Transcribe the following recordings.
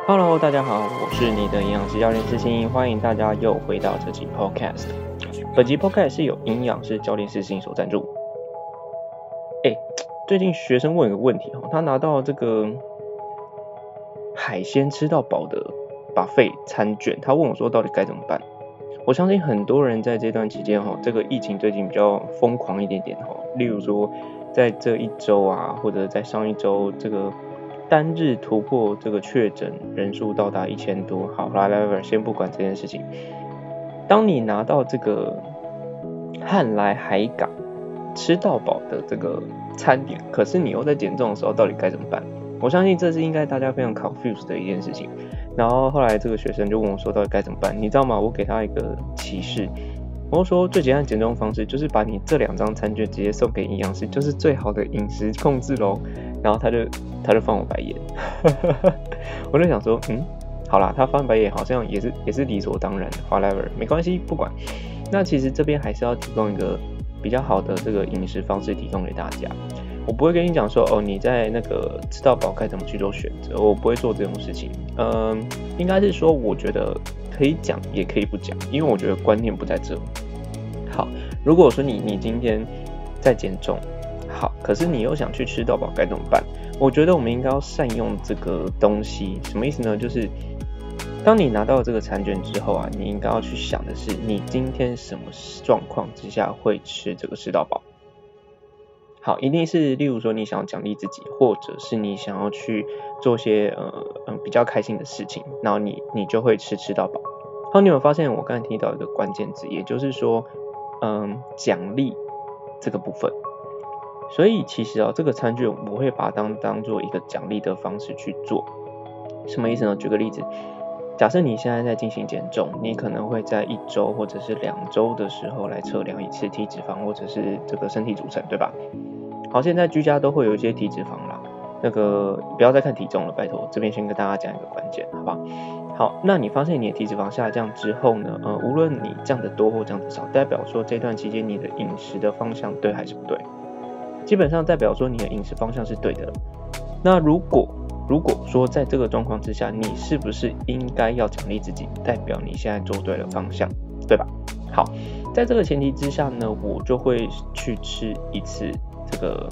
Hello， 大家好，我是你的营养师教练世新，欢迎大家又回到这集 Podcast。本集 Podcast 是由营养师教练世新所赞助。最近学生问一个问题，他拿到这个海鲜吃到饱的 buffet 餐券，他问我说到底该怎么办？我相信很多人在这段期间，这个疫情最近比较疯狂一点点，例如说在这一周啊，或者在上一周这个单日突破这个确诊人数到达1000多，好来，先不管这件事情。当你拿到这个汉来海港吃到饱的这个餐点，可是你又在减重的时候，到底该怎么办？我相信这是应该大家非常 confused 的一件事情。然后后来这个学生就问我说，到底该怎么办？你知道吗？我给他一个启示，我说最简单的减重方式就是把你这2张餐券直接送给营养师，就是最好的饮食控制咯。然后他就翻我白眼，我就想说，好啦，他翻白眼好像也是理所当然的 ，whatever， 没关系，不管。那其实这边还是要提供一个比较好的这个饮食方式提供给大家。我不会跟你讲说，你在那个吃到饱该怎么去做选择，我不会做这种事情。应该是说，我觉得可以讲，也可以不讲，因为我觉得观念不在这。好，如果说你今天在减重，好，可是你又想去吃到饱该怎么办？我觉得我们应该要善用这个东西，什么意思呢？就是当你拿到这个餐券之后啊，你应该要去想的是，你今天什么状况之下会吃这个吃到饱？好，一定是例如说你想要奖励自己，或者是你想要去做些比较开心的事情，然后你就会吃到饱。好，你有没有发现我刚才提到一个关键字，也就是说奖励这个部分。所以其实这个餐券我会把它当做一个奖励的方式去做。什么意思呢？举个例子，假设你现在在进行减重，你可能会在1周或者是2周的时候来测量一次体脂肪或者是这个身体组成，对吧？好，现在居家都会有一些体脂肪啦，那个不要再看体重了，拜托，这边先跟大家讲一个关键，好不好？好，那你发现你的体脂肪下降之后呢，无论你降得多或降得少，代表说这段期间你的饮食的方向对还是不对？基本上代表说你的饮食方向是对的。那如果说在这个状况之下，你是不是应该要奖励自己？代表你现在做对了方向，对吧？好，在这个前提之下呢，我就会去吃一次这个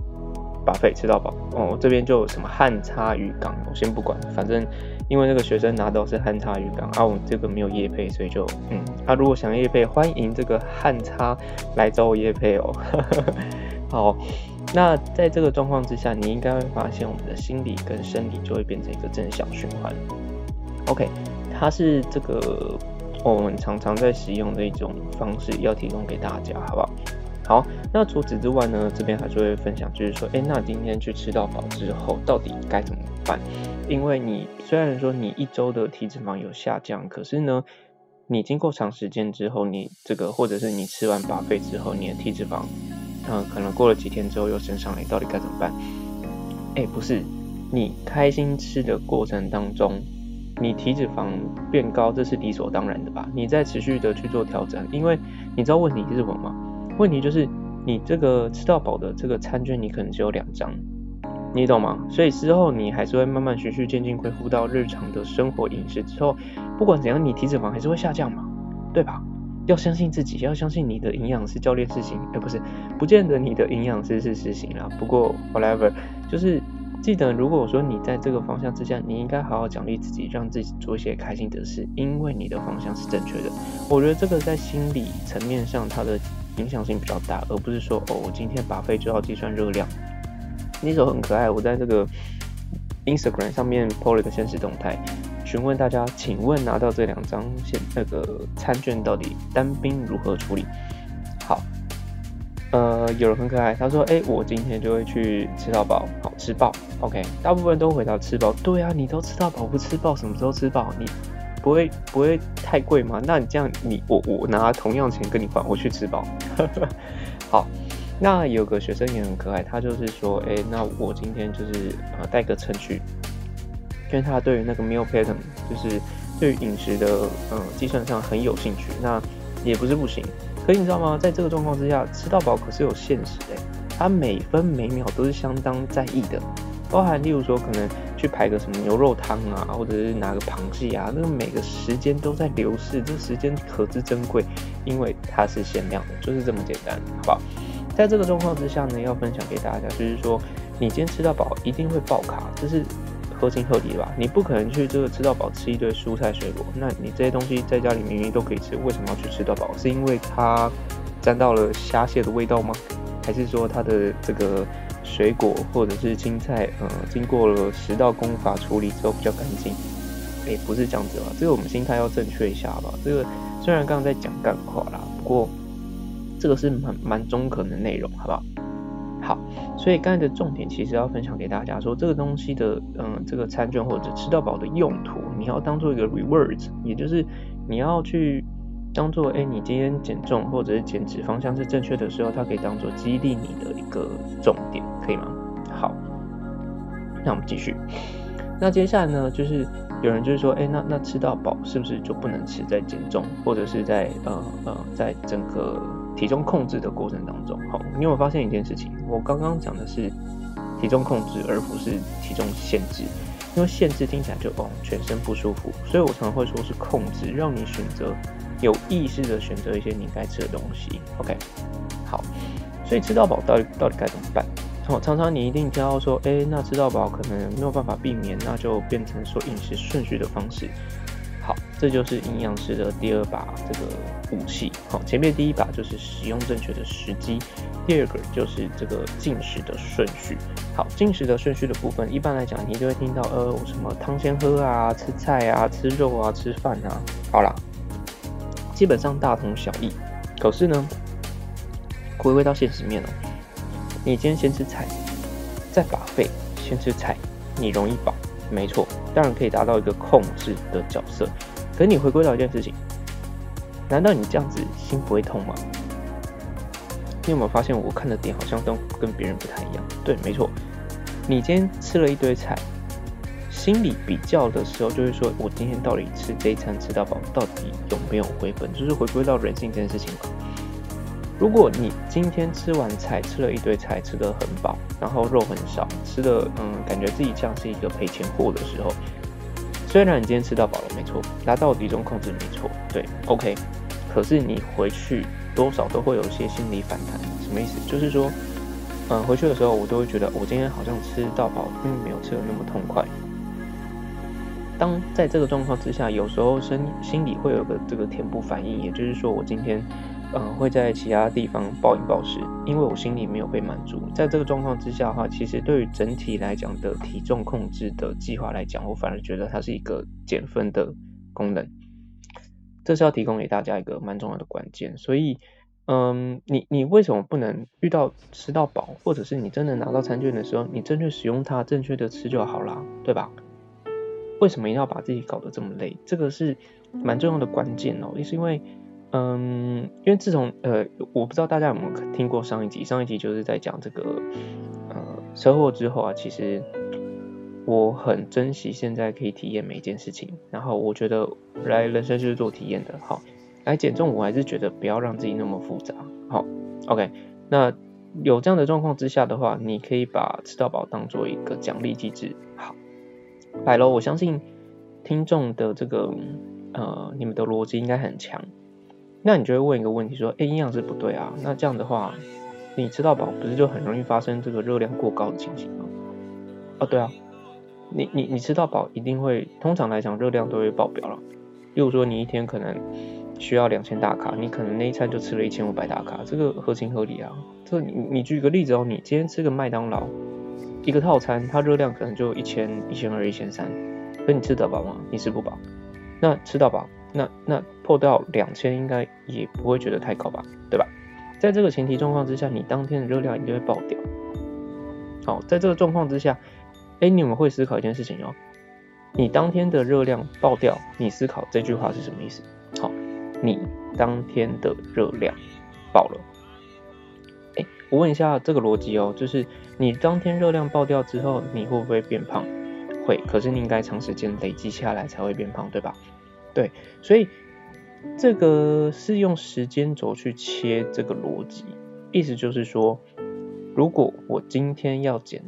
buffet 吃到饱。这边就有什么汉叉鱼港，我先不管，反正因为那个学生拿到是汉叉鱼港我这个没有业配，所以就如果想业配，欢迎这个汉叉来找我业配哦。好，那在这个状况之下，你应该会发现我们的心理跟生理就会变成一个正向循环。OK， 它是这个我们常常在使用的一种方式，要提供给大家，好不好？好，那除此之外呢，这边还是会分享，就是说，那今天去吃到饱之后，到底该怎么办？因为你虽然说你1周的体脂肪有下降，可是呢，你经过长时间之后，你这个或者是你吃完 buffet 之后，你的体脂肪可能过了几天之后又升上来，到底该怎么办？不是，你开心吃的过程当中，你体脂肪变高，这是理所当然的吧？你在持续的去做调整，因为你知道问题是什么吗？问题就是你这个吃到饱的这个餐券，你可能只有2张，你懂吗？所以之后你还是会慢慢循序渐进恢复到日常的生活饮食之后，不管怎样，你体脂肪还是会下降嘛，对吧？要相信自己，要相信你的营养师教练实行，不见得你的营养师是实行啦。不过 whatever， 就是记得，如果说你在这个方向之下，你应该好好奖励自己，让自己做一些开心的事，因为你的方向是正确的。我觉得这个在心理层面上，它的影响性比较大，而不是说我今天buffet就要计算热量。那时候很可爱，我在这个 Instagram 上面 po 了一个限时动态，询问大家，请问拿到这2张那个餐券到底单兵如何处理？好，有人很可爱，他说，我今天就会去吃到饱，好吃爆 ，OK， 大部分都回答吃饱。对啊，你都吃到饱不吃爆，什么时候吃饱？你不会太贵吗？那你这样我拿同样钱跟你换，我去吃饱。好，那有个学生也很可爱，他就是说，那我今天就是带个程序，因为他对于那个 meal pattern， 就是对于饮食的计算上很有兴趣，那也不是不行。可是你知道吗？在这个状况之下，吃到饱可是有限时他每分每秒都是相当在意的。 包含例如说可能去排个什么牛肉汤啊，或者是拿个螃蟹啊，那个每个时间都在流逝，这时间可知珍贵，因为它是限量的，就是这么简单，好不好？在这个状况之下呢，要分享给大家，就是说你今天吃到饱一定会爆卡，这是合情合理的吧？你不可能去这个吃到饱吃一堆蔬菜水果，那你这些东西在家里明明都可以吃，为什么要去吃到饱？是因为它沾到了虾蟹的味道吗？还是说它的这个水果或者是青菜，经过了10道功法处理之后比较干净？不是这样子吧？这个我们心态要正确一下吧。这个虽然刚刚在讲干话啦，不过这个是蛮中肯的内容，好不好？好，所以刚才的重点其实要分享给大家说，这个东西的这个餐券或者吃到饱的用途，你要当做一个 rewards， 也就是你要去当做你今天减重或者是减脂方向是正确的时候，它可以当做激励你的一个重点，可以吗？好，那我们继续。那接下来呢，就是有人就是说，那吃到饱是不是就不能吃在减重，或者是在在整个体重控制的过程当中？好，你有没有发现一件事情？我刚刚讲的是体重控制，而不是体重限制，因为限制听起来就全身不舒服，所以我常常会说是控制，让你选择有意识的选择一些你该吃的东西。OK， 好，所以吃到饱到底该怎么办？常常你一定听到说，那吃到饱可能没有办法避免，那就变成说饮食顺序的方式。好，这就是营养师的第2把这个武器。好，前面第1把就是使用正确的时机，第2个就是这个进食的顺序。好，进食的顺序的部分，一般来讲你就会听到什么汤先喝啊，吃菜啊，吃肉啊，吃饭啊。好啦，基本上大同小异。可是呢，回归到现实面你今天先吃菜，再把费先吃菜，你容易饱，没错，当然可以达到一个控制的角色。可是你回归到一件事情，难道你这样子心不会痛吗？你有没有发现我看的点好像都跟别人不太一样？对，没错，你今天吃了一堆菜，心理比较的时候就会说，我今天到底吃这一餐吃到饱，到底有没有回本？就是回归到人性这件事情吧。如果你今天吃完菜，吃了一堆菜，吃得很饱，然后肉很少，吃的感觉自己像是一个赔钱货的时候，虽然你今天吃到饱了，没错，达到体重控制没错，对 ，OK， 可是你回去多少都会有一些心理反弹，什么意思？就是说，回去的时候我都会觉得，我今天好像吃到饱，并没有吃得那么痛快。当在这个状况之下，有时候心里会有个这个填补反应，也就是说，我今天会在其他地方暴饮暴食，因为我心里没有被满足。在这个状况之下的话，其实对于整体来讲的体重控制的计划来讲，我反而觉得它是一个减分的功能。这是要提供给大家一个蛮重要的关键。所以，你为什么不能遇到吃到饱，或者是你真的拿到餐券的时候，你正确使用它，正确的吃就好啦，对吧？为什么一定要把自己搞得这么累？这个是蛮重要的关键是因为自从我不知道大家有没有听过上一集就是在讲这个车祸之后啊，其实我很珍惜现在可以体验每一件事情，然后我觉得来人生就是做体验的。好，来减重我还是觉得不要让自己那么复杂。好 ，OK， 那有这样的状况之下的话，你可以把吃到饱当做一个奖励机制。好，来咯，我相信听众的这个你们的逻辑应该很强。那你就会问一个问题说，营养师不对啊，那这样的话，你吃到饱不是就很容易发生这个热量过高的情形吗？对啊，你吃到饱一定会，通常来讲热量都会爆表了。例如说你一天可能需要2000大卡，你可能那一餐就吃了1500大卡，这个合情合理啊。这你举个例子你今天吃个麦当劳一个套餐，它热量可能就1000、1200、1300，可你吃得饱吗？你吃不饱。那吃到饱，那破掉2000应该也不会觉得太高吧，对吧？在这个前提状况之下，你当天的热量一定会爆掉。好，在这个状况之下，你们会思考一件事情你当天的热量爆掉，你思考这句话是什么意思？好，你当天的热量爆了。我问一下这个逻辑就是你当天热量爆掉之后，你会不会变胖？会，可是你应该长时间累积下来才会变胖，对吧？对，所以这个是用时间轴去切这个逻辑，意思就是说，如果我今天要减重，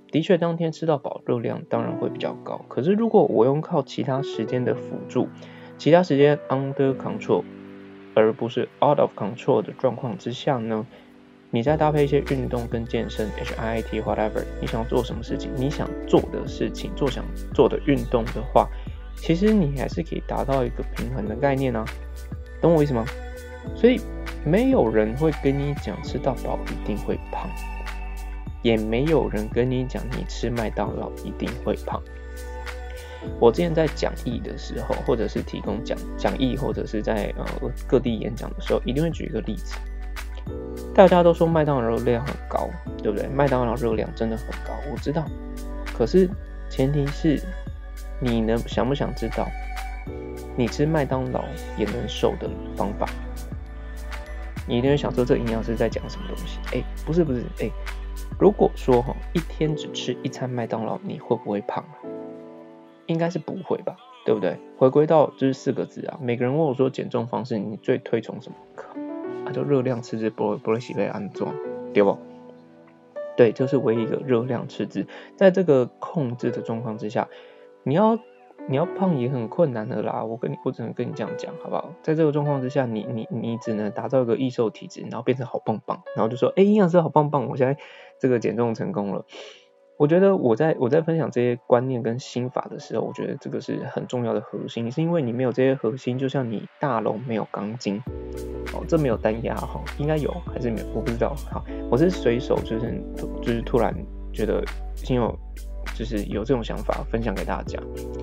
的确当天吃到饱热量当然会比较高，可是如果我用靠其他时间的辅助，其他时间 under control 而不是 out of control 的状况之下呢，你再搭配一些运动跟健身 HIIT whatever 你想做什么事情，你想做的事情，想做的运动的话，其实你还是可以达到一个平衡的概念啊，懂我意思吗？所以没有人会跟你讲吃到饱一定会胖，也没有人跟你讲你吃麦当劳一定会胖。我之前在讲义的时候，或者是提供讲义，或者是在各地演讲的时候，一定会举一个例子。大家都说麦当劳热量很高，对不对？麦当劳热量真的很高，我知道。可是前提是你想不想知道你吃麦当劳也能瘦的方法？你一定会想说这营养师在讲什么东西？不是，如果说一天只吃一餐麦当劳，你会不会胖啊？应该是不会吧，对不对？回归到就是4个字啊，每个人问我说减重方式你最推崇什么？就热量赤字不会洗被安装，对不？对，就是唯一一个热量赤字，在这个控制的状况之下，你要胖也很困难的啦。我只能跟你这样讲，好不好？在这个状况之下，你只能打造一个易瘦体质，然后变成好棒棒，然后就说，营养师好棒棒，我现在这个减重成功了。我觉得我在分享这些观念跟心法的时候，我觉得这个是很重要的核心，是因为你没有这些核心，就像你大楼没有钢筋，这没有单压应该有还是没有，我不知道。好，我是随手就是突然觉得心有就是有这种想法分享给大家。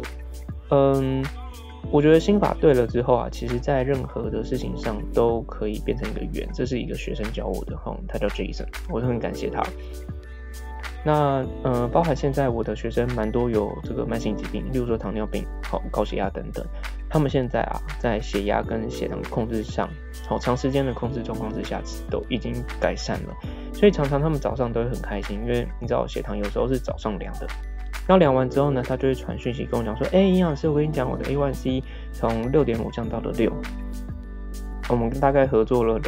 我觉得心法对了之后啊，其实在任何的事情上都可以变成一个圆。这是一个学生教我的他叫 Jason， 我很感谢他。那包含现在我的学生蛮多有这个慢性疾病，例如说糖尿病、高血压等等，他们现在在血压跟血糖控制上，长时间的控制状况之下都已经改善了，所以常常他们早上都会很开心，因为你知道血糖有时候是早上量的，然后量完之后呢，他就会传讯息跟我讲说，营养师，我跟你讲，我的 A1C 从 6.5 降到了6，我们大概合作了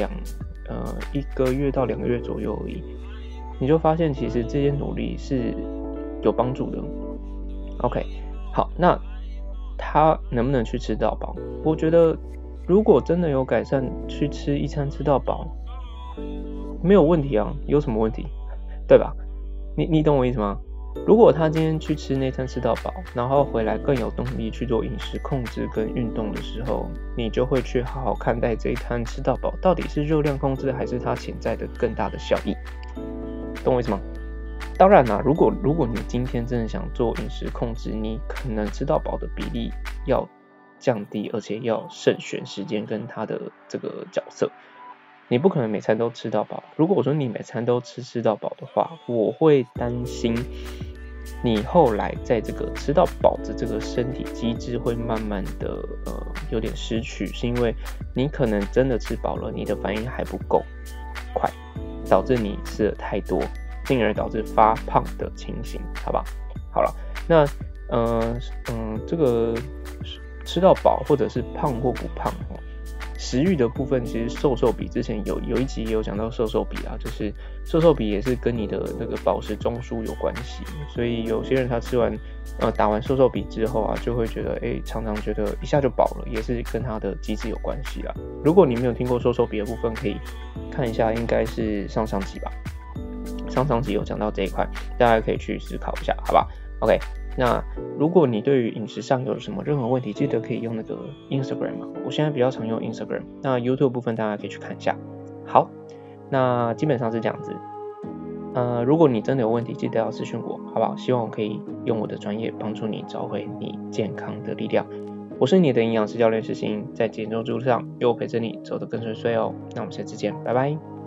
1个月到2个月左右而已。你就发现其实这些努力是有帮助的。OK， 好，那他能不能去吃到饱？我觉得如果真的有改善，去吃一餐吃到饱没有问题啊，有什么问题？对吧？你懂我意思吗？如果他今天去吃那餐吃到饱，然后回来更有动力去做饮食控制跟运动的时候，你就会去好好看待这一餐吃到饱到底是热量控制还是它潜在的更大的效益。懂我意思吗？当然啦，如果你今天真的想做饮食控制，你可能吃到饱的比例要降低，而且要慎选时间跟它的这个角色。你不可能每餐都吃到饱。如果我说你每餐都吃到饱的话，我会担心你后来在这个吃到饱的这个身体机制会慢慢的有点失去，是因为你可能真的吃饱了，你的反应还不够快，导致你吃的太多，进而导致发胖的情形，好吧？好了，那这个吃到饱或者是胖或不胖食欲的部分，其实瘦比之前有一集也有讲到瘦比啊，就是瘦比也是跟你的那个饱食中枢有关系，所以有些人他吃完打完瘦比之后啊，就会觉得常常觉得一下就饱了，也是跟他的机制有关系啦。如果你没有听过瘦比的部分，可以看一下，应该是上集吧，上集有讲到这一块，大家可以去思考一下，好吧 ？OK。那如果你对于饮食上有什么任何问题，记得可以用那个 Instagram 我现在比较常用 Instagram， 那 YouTube 部分大家可以去看一下。好，那基本上是这样子。如果你真的有问题，记得要私讯我，好不好？希望我可以用我的专业帮助你找回你健康的力量。我是你的营养师教练世新，在减重之路上有我陪着你走得更顺遂哦。那我们下次见，拜拜。